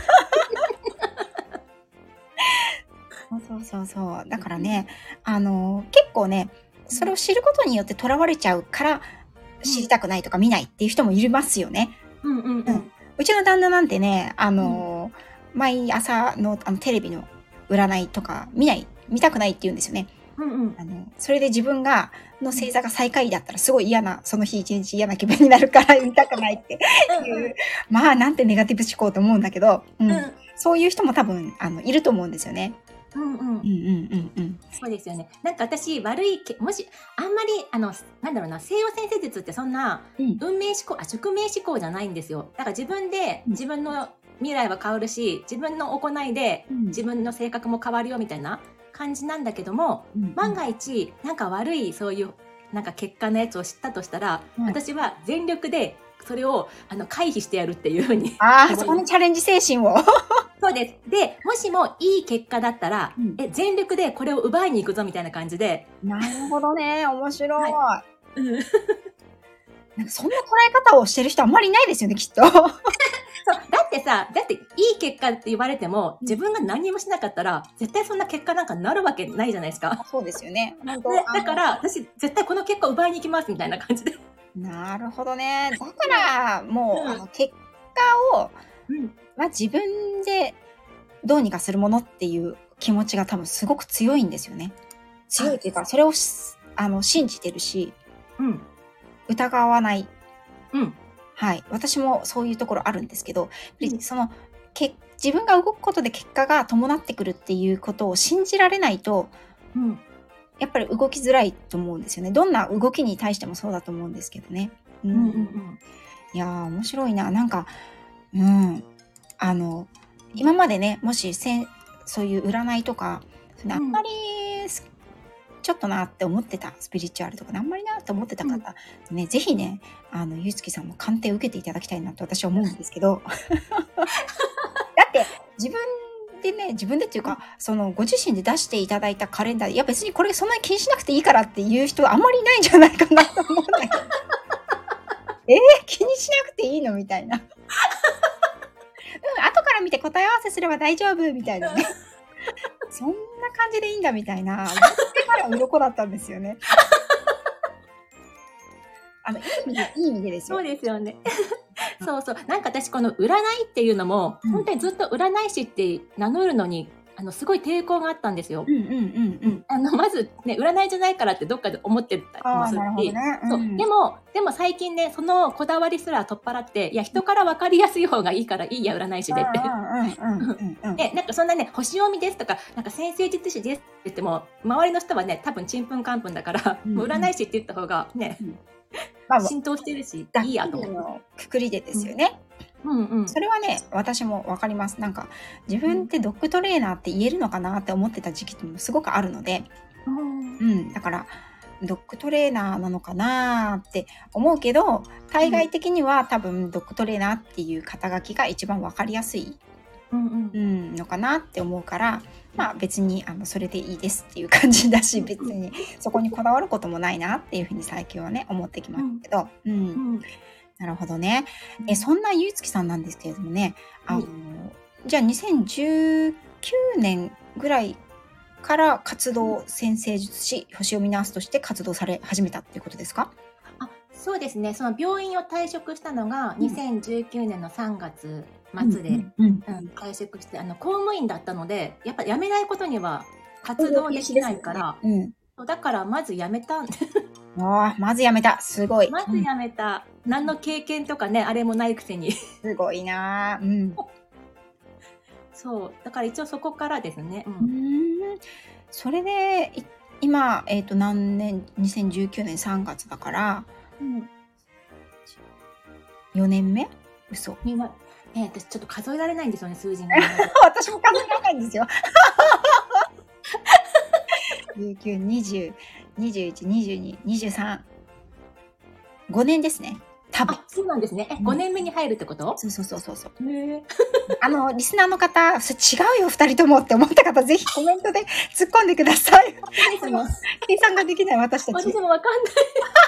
そう。だからね、結構ね、それを知ることによって囚われちゃうから知りたくないとか見ないっていう人もいますよね。うちの旦那なんてね、毎朝のテレビの占いとか見たくないって言うんですよね。それで自分の星座が最下位だったらすごいその日一日嫌な気分になるから見たくないっていう、まあなんてネガティブ思考と思うんだけど、そういう人も多分いると思うんですよね。 そうですよね。なんか私もしあんまりなんだろうな、西洋占星術ってそんな運命思考、宿命思考じゃないんですよ。だから自分で自分の未来は変わるし、自分の行いで自分の性格も変わるよみたいな感じなんだけども、万が一なんか悪いそういうなんか結果のやつを知ったとしたら、私は全力でそれを回避してやるっていうふうに。 そこにチャレンジ精神を。 そうです。で、もしもいい結果だったら、全力でこれを奪いに行くぞみたいな感じで。 なるほどね。面白い。なんかそんな捉え方をしてる人あんまりいないですよね、きっと。 そうだっていい結果って言われても、自分が何もしなかったら、絶対そんな結果なんかなるわけないじゃないですか。 そうですよね。 だから私絶対この結果を奪いに行きますみたいな感じで。 なるほどね。だからもう、結果を、自分でどうにかするものっていう気持ちが多分すごく強いんですよね。強いっていうか、それを信じてるし、疑わない。はい。私もそういうところあるんですけど、自分が動くことで結果が伴ってくるっていうことを信じられないと、やっぱり動きづらいと思うんですよね。どんな動きに対してもそうだと思うんですけどね。いやー、面白いな。なんか、今までね、もしそういう占いとか、あんまりちょっとなって思ってたスピリチュアルとかあんまりなって思ってた方、ね、ぜひね、ゆうつきさんの鑑定を受けていただきたいなと私は思うんですけど。だって自分でっていうか、ご自身で出していただいたカレンダー、いや別にこれそんなに気にしなくていいからっていう人はあんまりいないんじゃないかなと思うんだけど。気にしなくていいのみたいな。後から見て答え合わせすれば大丈夫みたいなね。そんな感じでいいんだみたいな。彼は鱗だったんですよね。いい意味でですよ。 そうですよね。そう。なんか私この占いっていうのも、本当にずっと占い師って名乗るのに、すごい抵抗があったんですよ。まずね、占いじゃないからってどっかで思ってたりもするし、でも最近ね、そのこだわりすら取っ払って、いや、人から分かりやすい方がいいからいいや、占い師でって。なんかそんなね、星読みですとか、なんか先生術師ですって言っても、周りの人はね、多分ちんぷんかんぷんだから、もう占い師って言った方がね、浸透してるし、いいやと思う。 くくりでですよね。それはね、私もわかります。なんか自分ってドッグトレーナーって言えるのかなって思ってた時期もすごくあるので、だからドッグトレーナーなのかなって思うけど、対外的には多分ドッグトレーナーっていう肩書きが一番わかりやすいのかなって思うから、まあ別にそれでいいですっていう感じだし、別にそこにこだわることもないなっていうふうに最近はね思ってきましたけど、なるほどね。そんなゆうつきさんなんですけれどもね、じゃあ2019年ぐらいから先生術師、星読みナースとして活動され始めたっていうことですか？ そうですね。その病院を退職したのが2019年の3月末で退職して、公務員だったので、やっぱ辞めないことには活動できないから、だからまず辞めた。 まず辞めた。すごい。 まず辞めた。何の経験とかね、あれもないくせに。 すごいな。 そう。だから一応そこからですね。 それで、今、何年 ?2019 年3月だから、4年目？嘘。 私ちょっと数えられないんですよね、数字が。 私も数えられないんですよ。19、20、21、22、23。5年ですね。多分。 そうなんですね。5年目に入るってこと？ そう。 リスナーの方、それ違うよ、2人ともって思った方、ぜひコメントで突っ込んでください。 ですもん。 計算ができない私たち。 私もわかんない。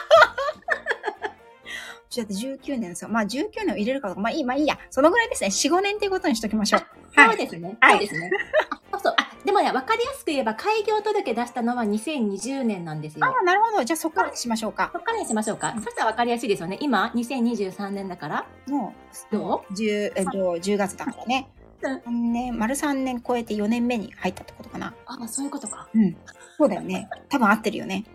だって19年ですよ。まあ19年を入れるかどうか、まあいいや。そのぐらいですね。4、5年っていうことにしときましょう。 そうですね。そうですね。そう。でもね、わかりやすく言えば、開業届出したのは2020年なんですよ。 なるほど。じゃあそっからにしましょうか。 そっからにしましょうか。そしたらわかりやすいですよね。今、2023年だから。 もう、 どう 10月だからね。丸3年超えて4年目に入ったってことかな。 そういうことか。 そうだよね。多分合ってるよね。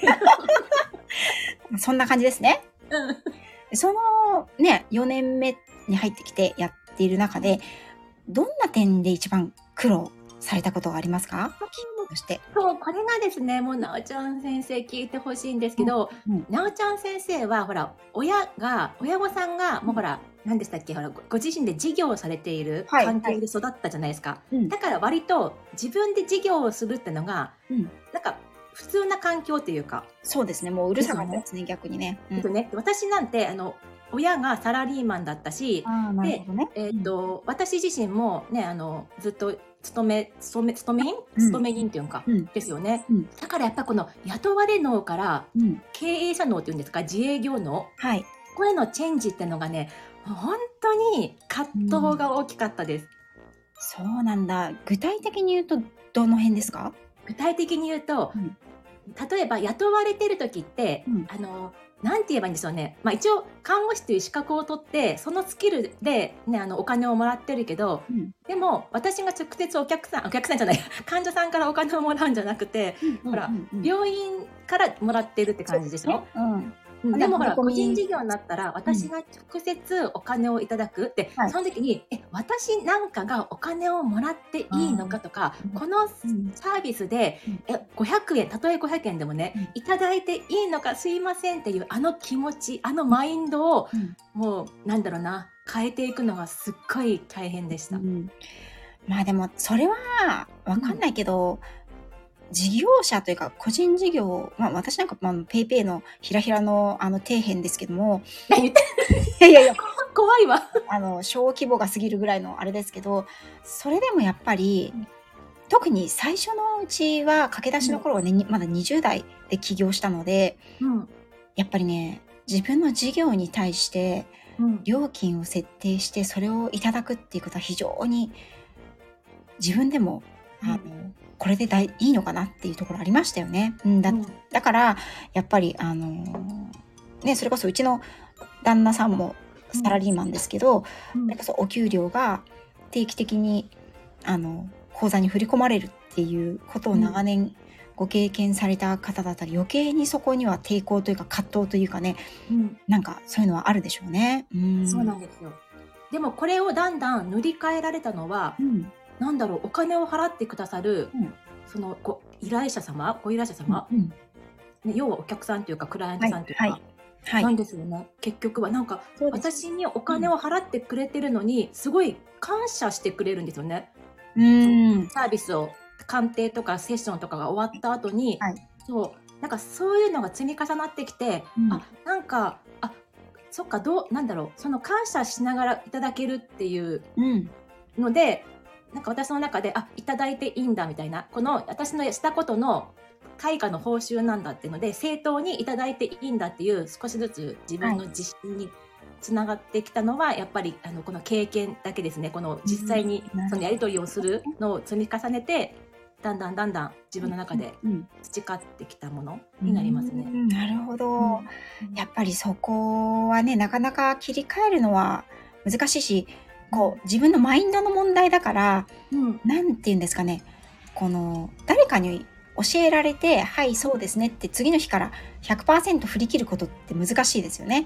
そんな感じですね。そのね、4年目に入ってきてやっている中で、どんな点で一番苦労されたことがありますか？そして。 そう、これがですね、もうなおちゃん先生聞いてほしいんですけど、なおちゃん先生は、ほら、親御さんが、もうほら、何でしたっけ、ほら、ご自身で事業をされている環境で育ったじゃないですか。だから割と自分で事業をするってのが、なんか、普通な環境というか。 そうですね。もううるさかったですね、逆にね。 私なんて、親がサラリーマンだったし、で、私自身もね、ずっと勤め人っていうか、ですよね。だからやっぱこの雇われ脳から経営者脳っていうんですか、自営業脳。これのチェンジってのがね、本当に葛藤が大きかったです。 そうなんだ。具体的に言うと、どの辺ですか？ 具体的に言うと、例えば雇われてる時って、なんて言えばいいんでしょうね。まあ一応、看護師という資格を取って、そのスキルでね、お金をもらってるけど、でも、私が直接お客さんじゃない、患者さんからお金をもらうんじゃなくて、ほら、病院からもらってるって感じでしょ？でもほら、個人事業になったら、私が直接お金をいただくって、その時に、私なんかがお金をもらっていいのかとか、このサービスで、500円、たとえ500円でもね、いただいていいのかすいませんっていう気持ち、マインドを、もう、なんだろうな、変えていくのがすっごい大変でした。 まあでも、それは、わかんないけど、事業者というか個人事業、私なんか、ペイペイのひらひらの底辺ですけども、 何言っていや怖いわ。 小規模が過ぎるぐらいのあれですけど、それでもやっぱり、特に最初のうちは駆け出しの頃はね、まだ20代で起業したので、やっぱりね、自分の事業に対して料金を設定してそれをいただくっていうことは非常に自分でもこれでいいのかなっていうところありましたよね。だからやっぱりね、それこそうちの旦那さんもサラリーマンですけど、それこそお給料が定期的に口座に振り込まれるっていうことを長年ご経験された方だったり、余計にそこには抵抗というか葛藤というかね、なんかそういうのはあるでしょうね。 そうなんですよ。でもこれをだんだん塗り替えられたのは、なんだろう、お金を払ってくださる、そのご依頼者様、要はお客さんというかクライアントさんというか、なんですよね。結局はなんか私にお金を払ってくれてるのに、すごい感謝してくれるんですよね。サービスを鑑定とかセッションとかが終わった後に、なんかそういうのが積み重なってきて、なんかそっか、なんだろう、その感謝しながらいただけるっていうので、なんか私の中でいただいていいんだみたいな、この私のしたことの対価の報酬なんだっていうので、正当にいただいていいんだっていう少しずつ自分の自信につながってきたのは、やっぱりこの経験だけですね。この実際にそのやり取りをするのを積み重ねて、だんだん自分の中で培ってきたものになりますね。 なるほど。やっぱりそこはね、なかなか切り替えるのは難しいし、自分のマインドの問題だから、なんて言うんですかね、誰かに教えられて、はい、そうですねって次の日から 100% 振り切ることって難しいですよね。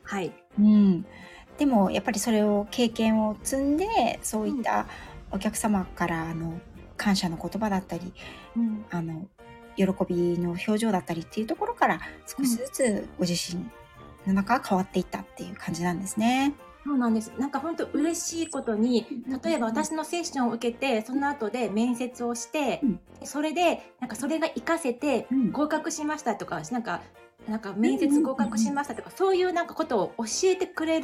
でもやっぱりそれを経験を積んで、そういったお客様から感謝の言葉だったり、喜びの表情だったりっていうところから少しずつご自身の中が変わっていったっていう感じなんですね。 そうなんです。なんか本当嬉しいことに、例えば私のセッションを受けて、その後で面接をして、それで、なんかそれが活かせて合格しましたとか、なんか面接合格しましたとか、そういうなんかことを教えてくれる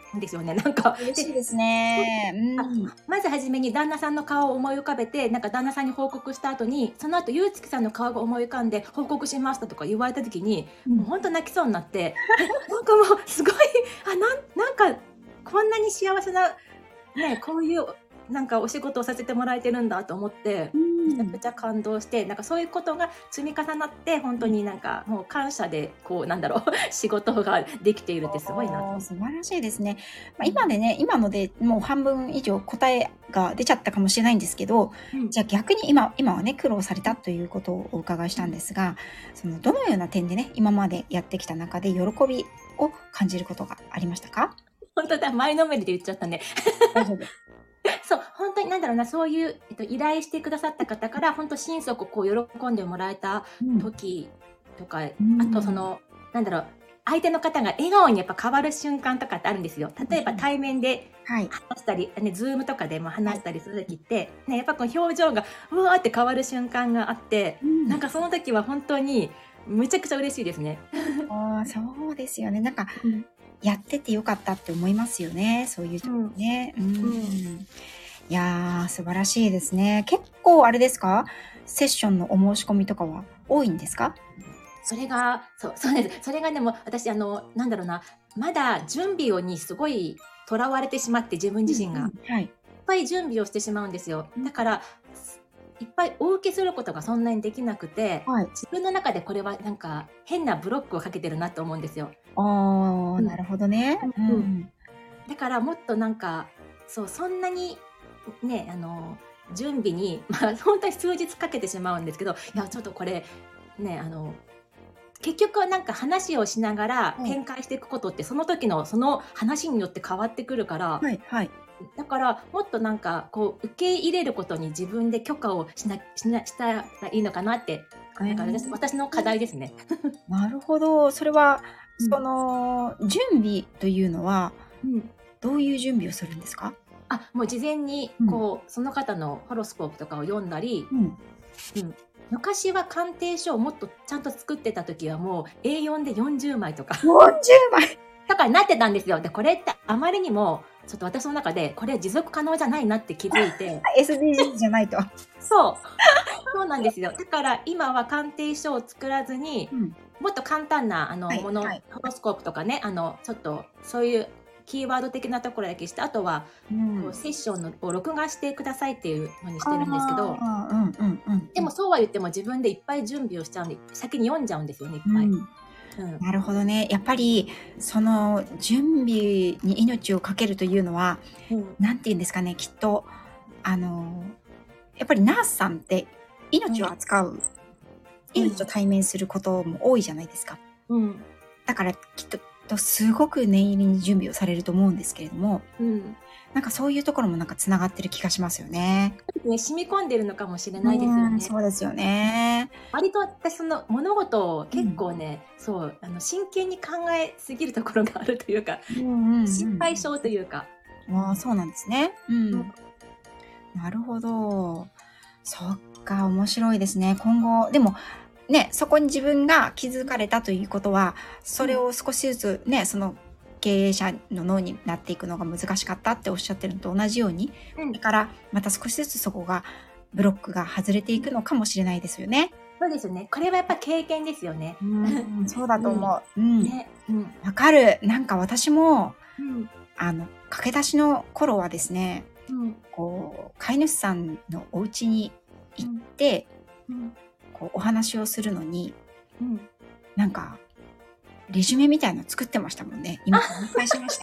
んですよね。なんか、 嬉しいですね。 まずはじめに旦那さんの顔を思い浮かべて、なんか旦那さんに報告した後に、その後、ゆうつきさんの顔が思い浮かんで、報告しましたとか言われた時に、もう本当泣きそうになって、なんかもうすごい、なんか、こんなに幸せな、ね、こういう、なんかお仕事をさせてもらえてるんだと思って、めちゃくちゃ感動して、なんかそういうことが積み重なって、本当になんかもう感謝で、こう、なんだろう、仕事ができているってすごいな。 素晴らしいですね。今のでもう半分以上答えが出ちゃったかもしれないんですけど、じゃあ逆に今はね、苦労されたということをお伺いしたんですが、どのような点でね、今までやってきた中で喜びを感じることがありましたか？ 本当だ、前のめりで言っちゃったね。 大丈夫。 そう、本当になんだろうな、そういう、依頼してくださった方から、本当心底こう喜んでもらえた時とか、あとなんだろう、相手の方が笑顔にやっぱ変わる瞬間とかってあるんですよ。例えば対面で話したり、ズームとかでも話したりする時って、ね、やっぱこの表情がうわーって変わる瞬間があって、なんかその時は本当にめちゃくちゃ嬉しいですね。 そうですよね。なんか、やっててよかったって思いますよね。そういう時ね。いやー、素晴らしいですね。結構あれですか？セッションのお申し込みとかは多いんですか？ そうです。それがでも私なんだろうな、まだ準備にすごいとらわれてしまって、自分自身が、いっぱい準備をしてしまうんですよ。だからいっぱいお受けすることがそんなにできなくて、自分の中でこれはなんか変なブロックをかけてるなと思うんですよ。 なるほどね。 だからもっとなんかそんなにね、準備に本当に数日かけてしまうんですけど、いやちょっとこれね、結局はなんか話をしながら展開していくことって、その時のその話によって変わってくるから、だからもっとなんかこう受け入れることに自分で許可をしたらいいのかなって、なんか私の課題ですね。 なるほど。それは、準備というのは、どういう準備をするんですか？ もう事前にこう、その方のホロスコープとかを読んだり、昔は鑑定書をもっとちゃんと作ってた時はもう A4 で40枚とか 40枚だからなってたんですよ。でこれってあまりにもちょっと私の中でこれ持続可能じゃないなって気づいて SDGs じゃないとそうなんですよ。だから今は鑑定書を作らずに、もっと簡単なもの、ホロスコープとかね、ちょっとそういうキーワード的なところだけして、あとは、セッションを録画してくださいっていうのにしてるんですけど、でもそうは言っても自分でいっぱい準備をしちゃうんで、先に読んじゃうんですよね、いっぱい。 なるほどね。やっぱりその準備に命をかけるというのは、なんて言うんですかね、きっとやっぱりナースさんって命を扱う、命と対面することも多いじゃないですか。だからきっとすごく念入りに準備をされると思うんですけれども、なんかそういうところもなんかつながってる気がしますよね。 染み込んでるのかもしれないですよね。 そうですよね。 割と私その物事を結構ね、真剣に考えすぎるところがあるというか、心配性というか。 そうなんですね。なるほど。そっか、面白いですね。今後、でもね、そこに自分が気づかれたということは、それを少しずつね、その経営者の脳になっていくのが難しかったっておっしゃってるのと同じように、だからまた少しずつそこがブロックが外れていくのかもしれないですよね。 そうですよね。これはやっぱ経験ですよね。 そうだと思う。わかる。なんか私も、駆け出しの頃はですね、こう飼い主さんのお家に行って、こうお話をするのに、なんかレジュメみたいなの作ってましたもんね。今思い返しました。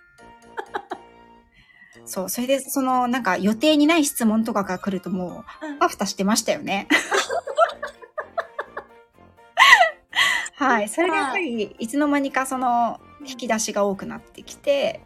そう、それでなんか予定にない質問とかが来るともうふたふたしてましたよね。はい、それがやっぱりいつの間にか引き出しが多くなってきて、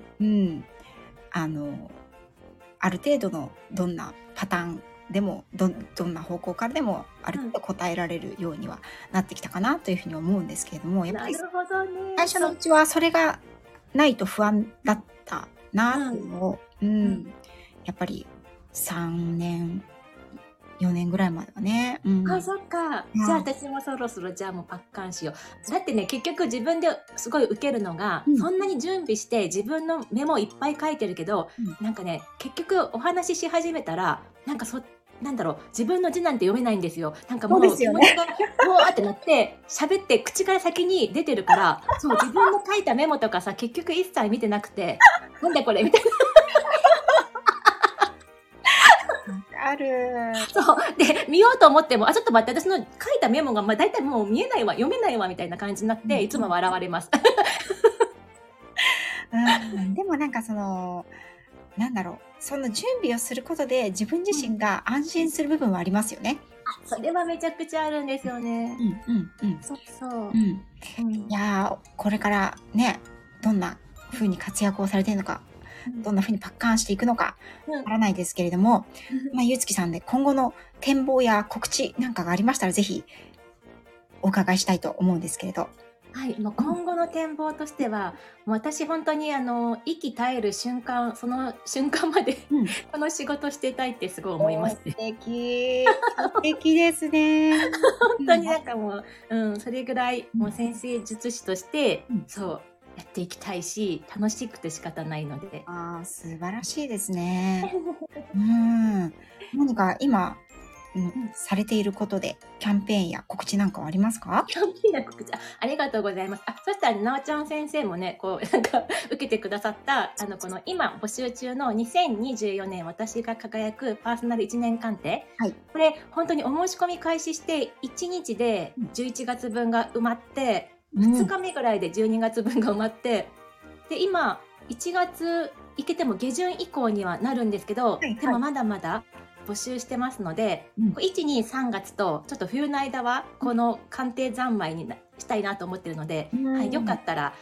ある程度のどんなパターンでもどんな方向からでもある程度答えられるようにはなってきたかなというふうに思うんですけれども、やっぱり最初のうちはそれがないと不安だったなっていうのを、やっぱり3年 4年ぐらいまではね。 あ、そっか。じゃあ私もそろそろじゃあもうパッカンしよう。だってね、結局自分ですごい受けるのが、そんなに準備して自分のメモいっぱい書いてるけど、なんかね、結局お話しし始めたら、なんかなんだろう、自分の字なんて読めないんですよ。なんかもう気持ちがうわーってなって、喋って口から先に出てるから、そう、自分の書いたメモとかさ、結局一切見てなくて、なんだこれみたいな。 ある。 そう。で、見ようと思っても、ちょっと待って、私の書いたメモが、大体もう見えないわ、読めないわ、みたいな感じになって、いつも笑われます。 でもなんかなんだろう、その準備をすることで自分自身が安心する部分はありますよね。 それはめちゃくちゃあるんですよね。そうそう。 いやー、これからね、どんな風に活躍をされているのか、どんな風にパッカーンしていくのかわからないですけれども、ゆうつきさんで今後の展望や告知なんかがありましたら、ぜひお伺いしたいと思うんですけれど。 はい、もう今後の展望としては、もう私本当に息絶える瞬間、その瞬間まで、この仕事してたいってすごい思いますね。 素敵。素敵ですね。 本当になんかもう、それぐらい、もう先生術師として、そう、やっていきたいし、楽しくて仕方ないので。 素晴らしいですね。何か今、されていることでキャンペーンや告知なんかはありますか？ キャンペーンや告知、ありがとうございます。そしたらなおちゃん先生もね、こうなんか受けてくださったこの今募集中の2024年私が輝くパーソナル1年鑑定、これ本当にお申し込み開始して1日で11月分が埋まって、2日目ぐらいで12月分が埋まって、で今1月行けても下旬以降にはなるんですけど、でもまだまだ募集してますので、1、2、3月とちょっと冬の間はこの鑑定三昧にしたいなと思ってるので、よかったら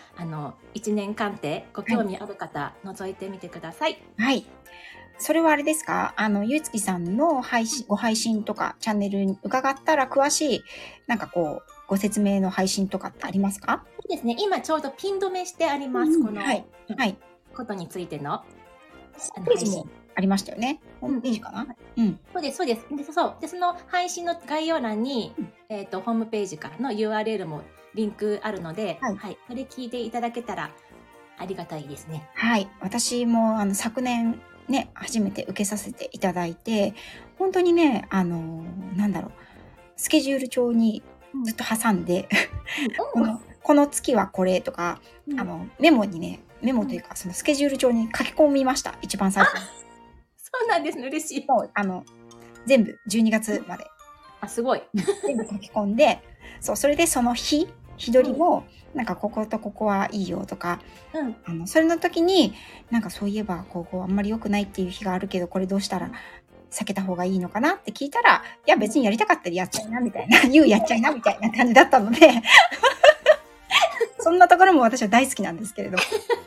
1年鑑定ご興味ある方、覗いてみてください。 はい。それはあれですか？ゆうつきさんのご配信とかチャンネルに伺ったら詳しいなんかこうご説明の配信とかってありますか？ そうですね。今ちょうどピン止めしてあります。このことについての配信。 ありましたよね。ホームページかな？ そうです、そうです。で、その配信の概要欄に、ホームページからの URL もリンクあるので、それ聞いていただけたらありがたいですね。 はい。私も昨年ね、初めて受けさせていただいて、本当にね、なんだろう、スケジュール帳にずっと挟んで、この月はこれとか、メモにね、メモというか、そのスケジュール帳に書き込みました。一番最初に。 そうなんですね。嬉しい。 全部12月まで。 すごい。 全部書き込んで、それでその日取りも、なんかこことここはいいよとか、それの時に、なんかそういえば、ここあんまり良くないっていう日があるけど、これどうしたら避けた方がいいのかなって聞いたら、いや別にやりたかったらやっちゃいな、みたいな、やっちゃいな、みたいな感じだったので、そんなところも私は大好きなんですけれど。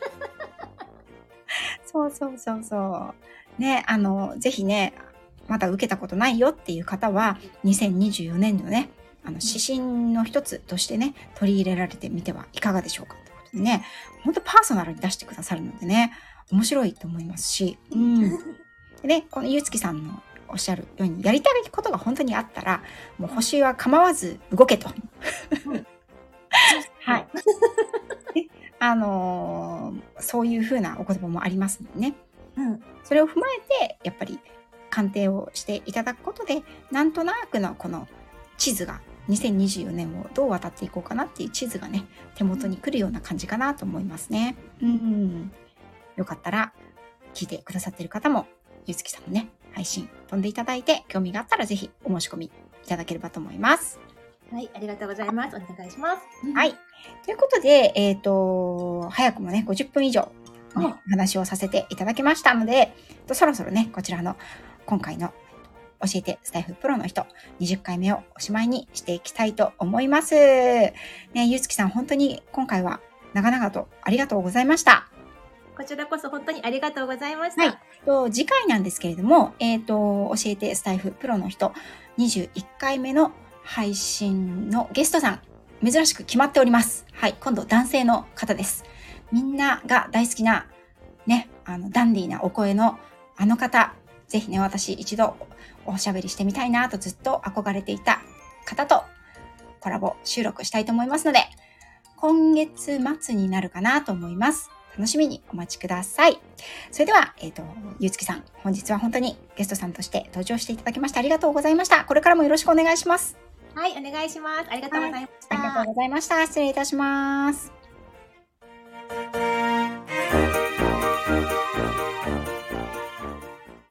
そう。ね、ぜひね、まだ受けたことないよっていう方は、2024年のね、指針の一つとしてね、取り入れられてみてはいかがでしょうかということでね、本当パーソナルに出してくださるのでね、面白いと思いますし、でね、このゆうつきさんのおっしゃるように、やりたいことが本当にあったら、もう星は構わず動けと。はい。そういうふうなお言葉もありますのでね。それを踏まえて、やっぱり鑑定をしていただくことで、なんとなくのこの地図が、2024年をどう渡っていこうかなっていう地図がね、手元に来るような感じかなと思いますね。よかったら、聞いてくださっている方も、ゆうつきさんのね、配信飛んでいただいて、興味があったらぜひお申し込みいただければと思います。 はい、ありがとうございます。お願いします。 はい。ということで、早くもね、50分以上、お話をさせていただきましたので、そろそろね、こちらの今回の教えてスタイフプロの人20回目をおしまいにしていきたいと思います。ね、ゆうつきさん、本当に今回は長々とありがとうございました。 こちらこそ本当にありがとうございました。 次回なんですけれども、教えてスタイフプロの人21回目の配信のゲストさん、珍しく決まっております。はい、今度男性の方です。みんなが大好きな、ね、ダンディーなお声のあの方、 ぜひね、私一度おしゃべりしてみたいなとずっと憧れていた方とコラボ収録したいと思いますので、今月末になるかなと思います。楽しみにお待ちください。それでは、ゆうつきさん、本日は本当にゲストさんとして登場していただきましてありがとうございました。これからもよろしくお願いします。 はい、お願いします。ありがとうございました。 ありがとうございました。失礼いたします。